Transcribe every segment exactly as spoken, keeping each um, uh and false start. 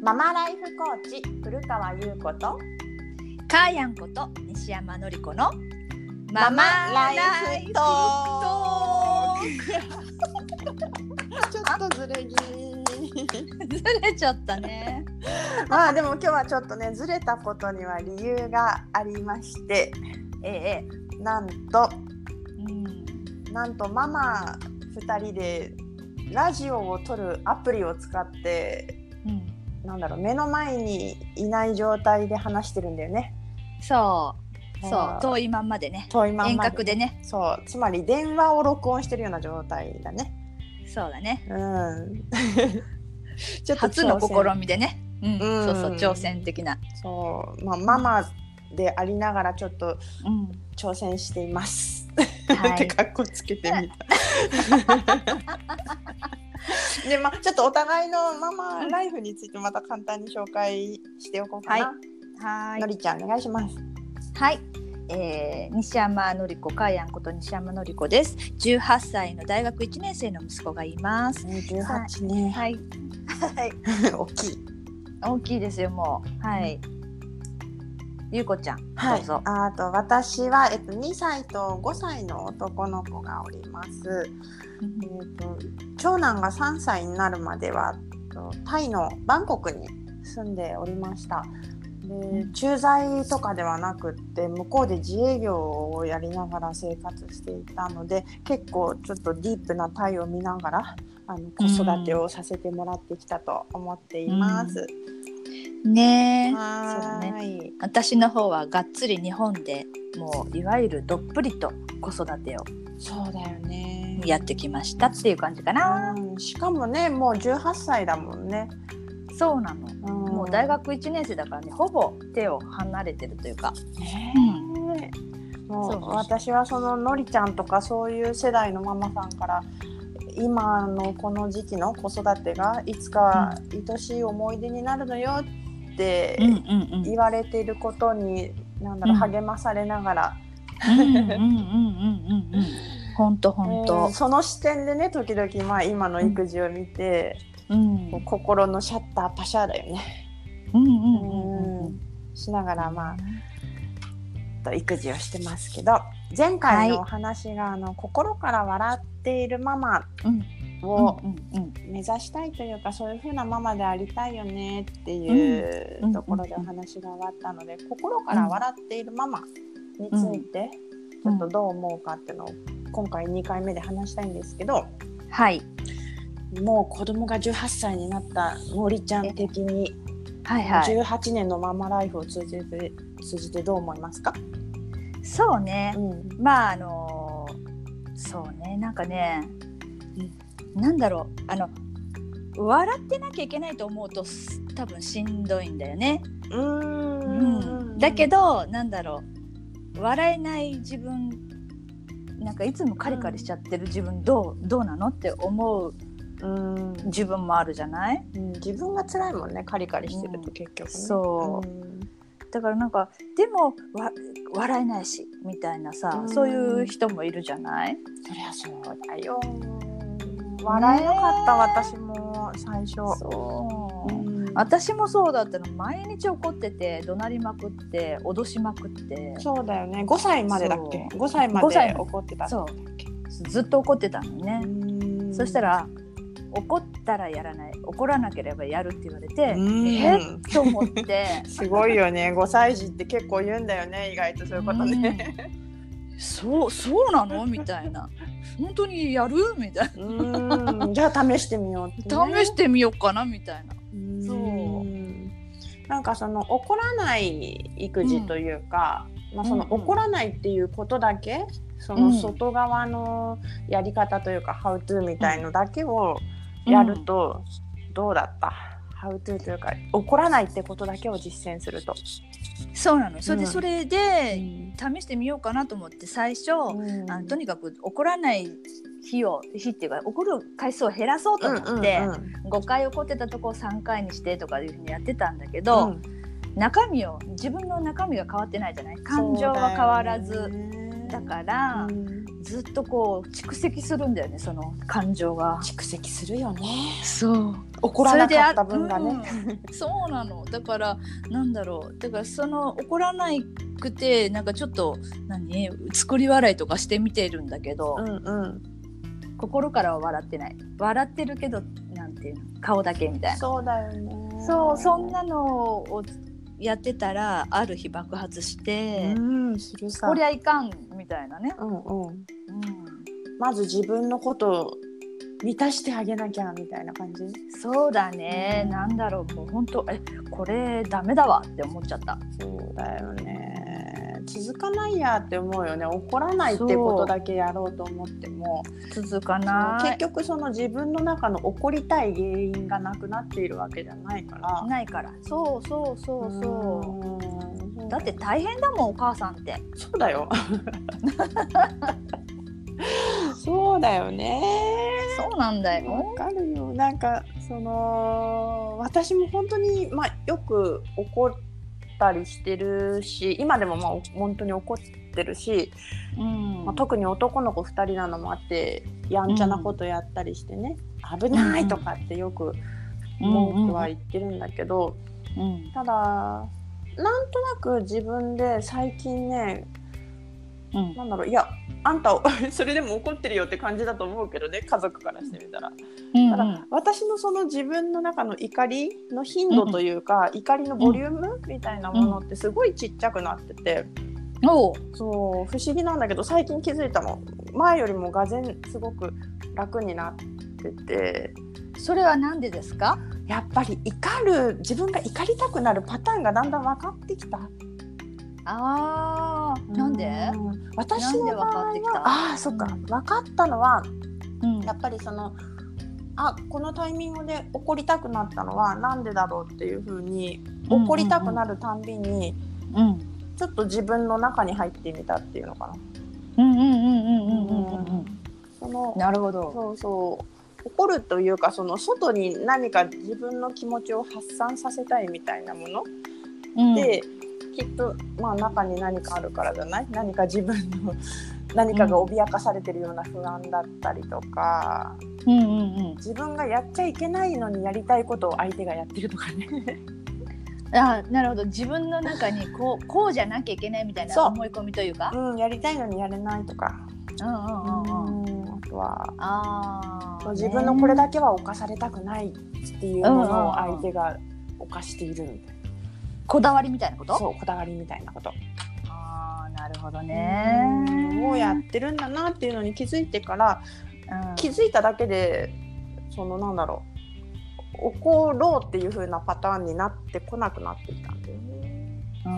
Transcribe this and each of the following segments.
ママライフコーチ古川優子とカーヤンこと西山のり子のママライフトークちょっとずれ気ずれちゃったね。 まあでも今日はちょっとねずれたことには理由がありまして、 ええなんと、 うん、 なんとママふたりでラジオを撮るアプリを使って、うん、なんだろう目の前にいない状態で話してるんだよね。 そうそう遠いまんまでね遠いまんまで遠隔でねそうつまり電話を録音してるような状態だね。 そうだね、 うんちょっと初の試みでね、うん、 うん、 そうそう挑戦的なそう、まあ、ママでありながらちょっと挑戦しています、うん、ってかっこつけてみたで、まあ、ちょっとお互いのママライフについてまた簡単に紹介しておこうかな。 はい、はいのりちゃんお願いします。 はい、えー、西山のり子かーやんこと西山のり子です。じゅうはっさいの大学いちねん生の息子がいます。 じゅうはちねん、 はい、はい、 大きい大きいですよもう。はい、ゆうこちゃん、 はい、 どうぞ。 あと私は、えっと、にさいとごさいの男の子がおります、うんえっと、長男がさんさいになるまではタイのバンコクに住んでおりました。で駐在とかではなくって向こうで自営業をやりながら生活していたので結構ちょっとディープなタイを見ながらあの子育てをさせてもらってきたと思っています、 うん、ねえそうだね。私の方はがっつり日本でもういわゆるどっぷりと子育てをそうだよねやってきましたっていう感じかな、 うん、しかもねもうじゅうはっさいだもんね。 そうなの、うん、もう大学いちねん生だからねほぼ手を離れてるというか、 ねうん、もうそうそう私はそののりちゃんとかそういう世代のママさんから今のこの時期の子育てがいつか愛しい思い出になるのよって言われていることになんだろう、うん、励まされながら本当本当その視点でね時々まあ今の育児を見て、うん、心のシャッターパシャーだよね。うんうんうんうん、しながらまあと育児をしてますけど前回のお話が、はい、あの心から笑っているママを目指したいというかそういう風なママでありたいよねっていうところでお話が終わったので心から笑っているママについてちょっとどう思うかっていうのを今回にかいめで話したいんですけど、 はいもう子供がじゅうはっさいになったのりちゃん的に、はいはい、じゅうはちねんのママライフを通じて、通じてどう思いますか？ そうね、うん、まああのそうねなんかね、うん、なんだろうあの笑ってなきゃいけないと思うと多分しんどいんだよね。うーん、うん、だけどなんだろう笑えない自分なんかいつもカリカリしちゃってる自分どう、どうなのって思ううん自分もあるじゃない、 うん、自分が辛いもんねカリカリしてると結局、ねうん、そう、うん、だからなんかでもわ笑えないしみたいなさ、うん、そういう人もいるじゃない。 そりゃそうだよ笑えなかった、ね、私も最初そう、うん、私もそうだったの毎日怒ってて怒鳴りまくって脅しまくってそうだよねごさいまでだっけごさいまで怒ってたんだっけそうずっと怒ってたのね。うんそしたら怒ったらやらない怒らなければやるって言われてえっと思ってすごいよねごさい児って結構言うんだよね意外とそういうことね、 うん、そうそうなのみたいな本当にやるみたいなうんじゃあ試してみようって、 ね、試してみようかなみたいなうそうなんかその怒らない育児というか、うんまあ、その怒らないっていうことだけ、うん、その外側のやり方というか、うん、How to みたいのだけをやるとどうだった、うん、How to というか怒らないってことだけを実践するとそうなのそれで、うん、それで試してみようかなと思って最初、うん、あのとにかく怒らない日を日っていうか怒る回数を減らそうと思って、うんうんうん、ごかい怒ってたとこをさんかいにしてとかいうふうにやってたんだけど、うん、中身を自分の中身が変わってないじゃない感情は変わらずだから、うん、ずっとこう蓄積するんだよね、その感情が。 蓄積するよね。 そう怒らなかった分がね、 うん、そうなの。だからなんだろう、だからその怒らなくてなんかちょっと何作り笑いとかしてみてるんだけど、うんうん、心からは笑ってない。笑ってるけどなんていうの、顔だけみたいな。 そうだよね。 そう、そんなのをやってたらある日爆発して、うん、するさこりゃいかんみたいなね、うんうんうん、 まず自分のことを満たしてあげなきゃみたいな感じ。 そうだね、うん、なんだろう、もう本当えこれダメだわって思っちゃった。 そうだよね、続かないやって思うよね。怒らないってことだけやろうと思っても続かない。 結局その自分の中の怒りたい原因がなくなっているわけじゃないからないからそうそうそうそう、うだって大変だもんお母さんって。 そうだよそうだよね。 そうなんだよ。 わかるよ。なんかその私も本当に、まあ、よく怒ったりしてるし、今でもまあ本当に怒ってるし、うんまあ、特に男の子ふたりなのもあってやんちゃなことやったりしてね、うん、危ないとかってよく文句は言ってるんだけど、うんうん、ただなんとなく自分で最近ね、うん、なんだろう、いやあんたそれでも怒ってるよって感じだと思うけどね、家族からしてみたら、うんうん、ただ私のその自分の中の怒りの頻度というか、うん、怒りのボリュームみたいなものってすごいちっちゃくなってて、うん、そう不思議なんだけど最近気づいたの。前よりもがぜんすごく楽になってて。 それはなんでですか？ やっぱり怒る自分が怒りたくなるパターンがだんだん分かってきた。 あー、なんで？ 私の場合はあーそっか、うん、分かったのは、うん、やっぱりそのあこのタイミングで怒りたくなったのはなんでだろうっていう風に、うんうんうん、怒りたくなるたんびに、うん、ちょっと自分の中に入ってみたっていうのかな。うんうんうんうんうんうんそのなるほど。 そうそう怒るというかその外に何か自分の気持ちを発散させたいみたいなもの、うん、できっと、まあ、中に何かあるからじゃない？何か自分の何かが脅かされてるような不安だったりとか、うんうんうん、自分がやっちゃいけないのにやりたいことを相手がやってるとかねあ、なるほど。自分の中にこう、こうじゃなきゃいけないみたいな思い込みというか、 うん、やりたいのにやれないとか、うんうんうんうん、あとはあそう自分のこれだけは犯されたくないっていうものを相手が犯しているみたいな、 こだわりみたいなこと？ そう、こだわりみたいなこと。 ああ、なるほどね。 もうやってるんだなっていうのに気づいてから、うん、気づいただけでそのなんだろう怒ろうっていう風なパターンになってこなくなってきたんだよね。 うん、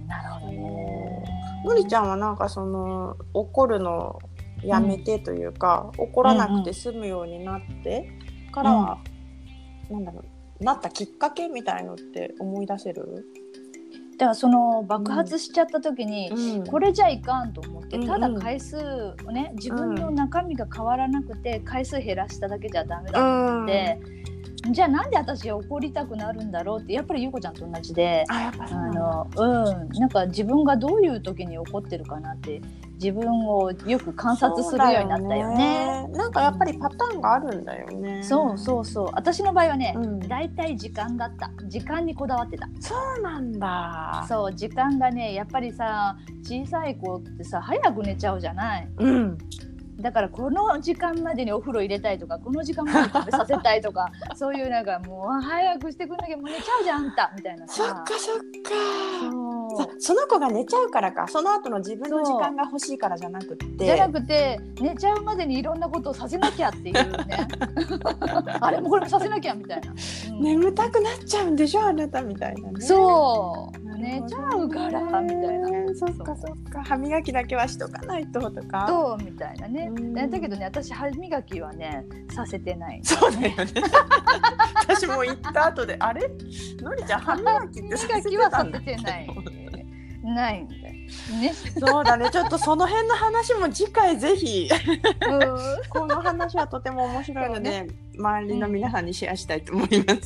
なるほどね。 のりちゃんはなんかその怒るのやめてというか、うん、怒らなくて済むようになってからは、うん、なんだろうなったきっかけみたいのって思い出せる？ だからその爆発しちゃった時に、うん、これじゃいかんと思って、うん、ただ回数をね、自分の中身が変わらなくて回数減らしただけじゃダメだと思って、うん、じゃあなんで私怒りたくなるんだろうって、やっぱりゆうこちゃんと同じで、あ、やっぱそうなんだ。あの、うん、なんか自分がどういう時に怒ってるかなって自分をよく観察するようになったよね。 そうだよね。なんかやっぱりパターンがあるんだよね。 そうそうそう。私の場合はね、うん、だいたい時間だった。時間にこだわってた。 そうなんだ。 そう、時間がね、やっぱりさ、小さい子ってさ、早く寝ちゃうじゃない。うん。だからこの時間までにお風呂入れたいとか、この時間までに食べさせたいとかそういうなんかもう早くしてくんなきゃもう寝ちゃうじゃんあんたみたいなさ。 そっかそっか。 そ, その子が寝ちゃうからか、その後の自分の時間が欲しいからじゃなくてじゃなくて寝ちゃうまでにいろんなことをさせなきゃっていうねあれもこれもさせなきゃみたいな、 うん、眠たくなっちゃうんでしょあなたみたいなね。 そう寝ちゃうからみたいな。 そっかそっか。歯磨きだけはしとかないととかそうみたいなね。だけどね、私歯磨きはねさせてない。 そうだよね私も行った後であれのりちゃん歯磨きってさせてたんだっけ？ 歯磨きはさせてないないんだよね。 そうだね。ちょっとその辺の話も次回ぜひこの話はとても面白いので、ね、周りの皆さんにシェアしたいと思います、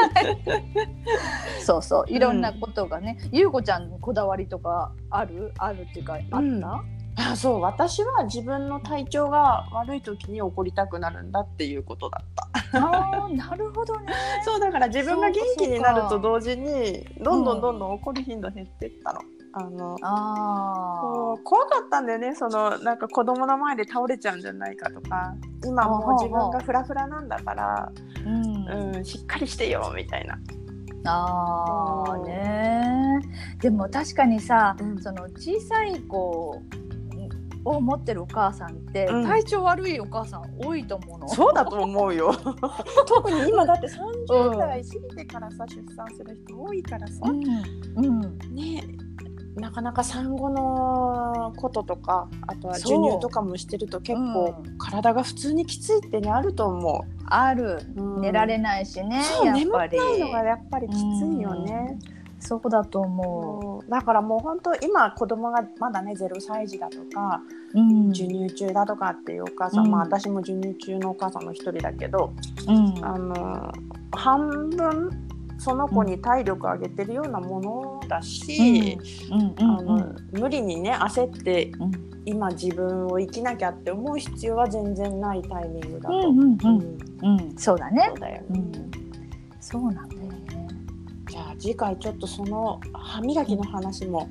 うん、そうそういろんなことがね、うん、ゆうこちゃんのこだわりとかあるあるっていうかあった、うん、 あ、そう、私は自分の体調が悪い時に怒りたくなるんだっていうことだった。 ああ、なるほどね。 そうだから自分が元気になると同時にどんどんどんどん怒る頻度減ってったの。あのあそう怖かったんだよね。そのなんか子供の前で倒れちゃうんじゃないかとか、今もう自分がフラフラなんだから、うんうん、しっかりしてよみたいな。 あーねー。でも確かにさ、うん、その小さい子を持ってるお母さんって、うん、体調悪いお母さん多いと思うの。 そうだと思うよ。特に今だってさんじゅう代過ぎてからさ、出産する人多いからさ、うんうん、ね、なかなか産後のこととか、あとは授乳とかもしてると結構体が普通にきついってね、あると思う。 ある、うん、寝られないしね。 そう、やっぱり眠れないのがやっぱりきついよね。 そうだと思う。だからもう本当今子供がまだねゼロさい児だとか、うん、授乳中だとかっていうお母さん、うん、まあ私も授乳中のお母さんの一人だけど、うん、あの半分その子に体力上げてるようなものだし、無理にね焦って、うん、今自分を生きなきゃって思う必要は全然ないタイミングだと。うんうんうんうん、そうだね。 そうだよね。 うん、そうなんだよね。 じゃあ次回ちょっとその歯磨きの話も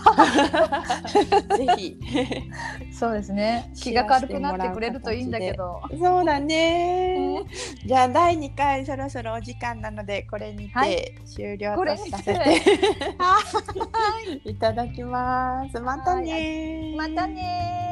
ぜひそうですね、気が軽くなってくれるといいんだけど。 そうだね、うん、じゃあだいにかいそろそろお時間なのでこれにて終了とさせて、はい、いただきます。またねまたね。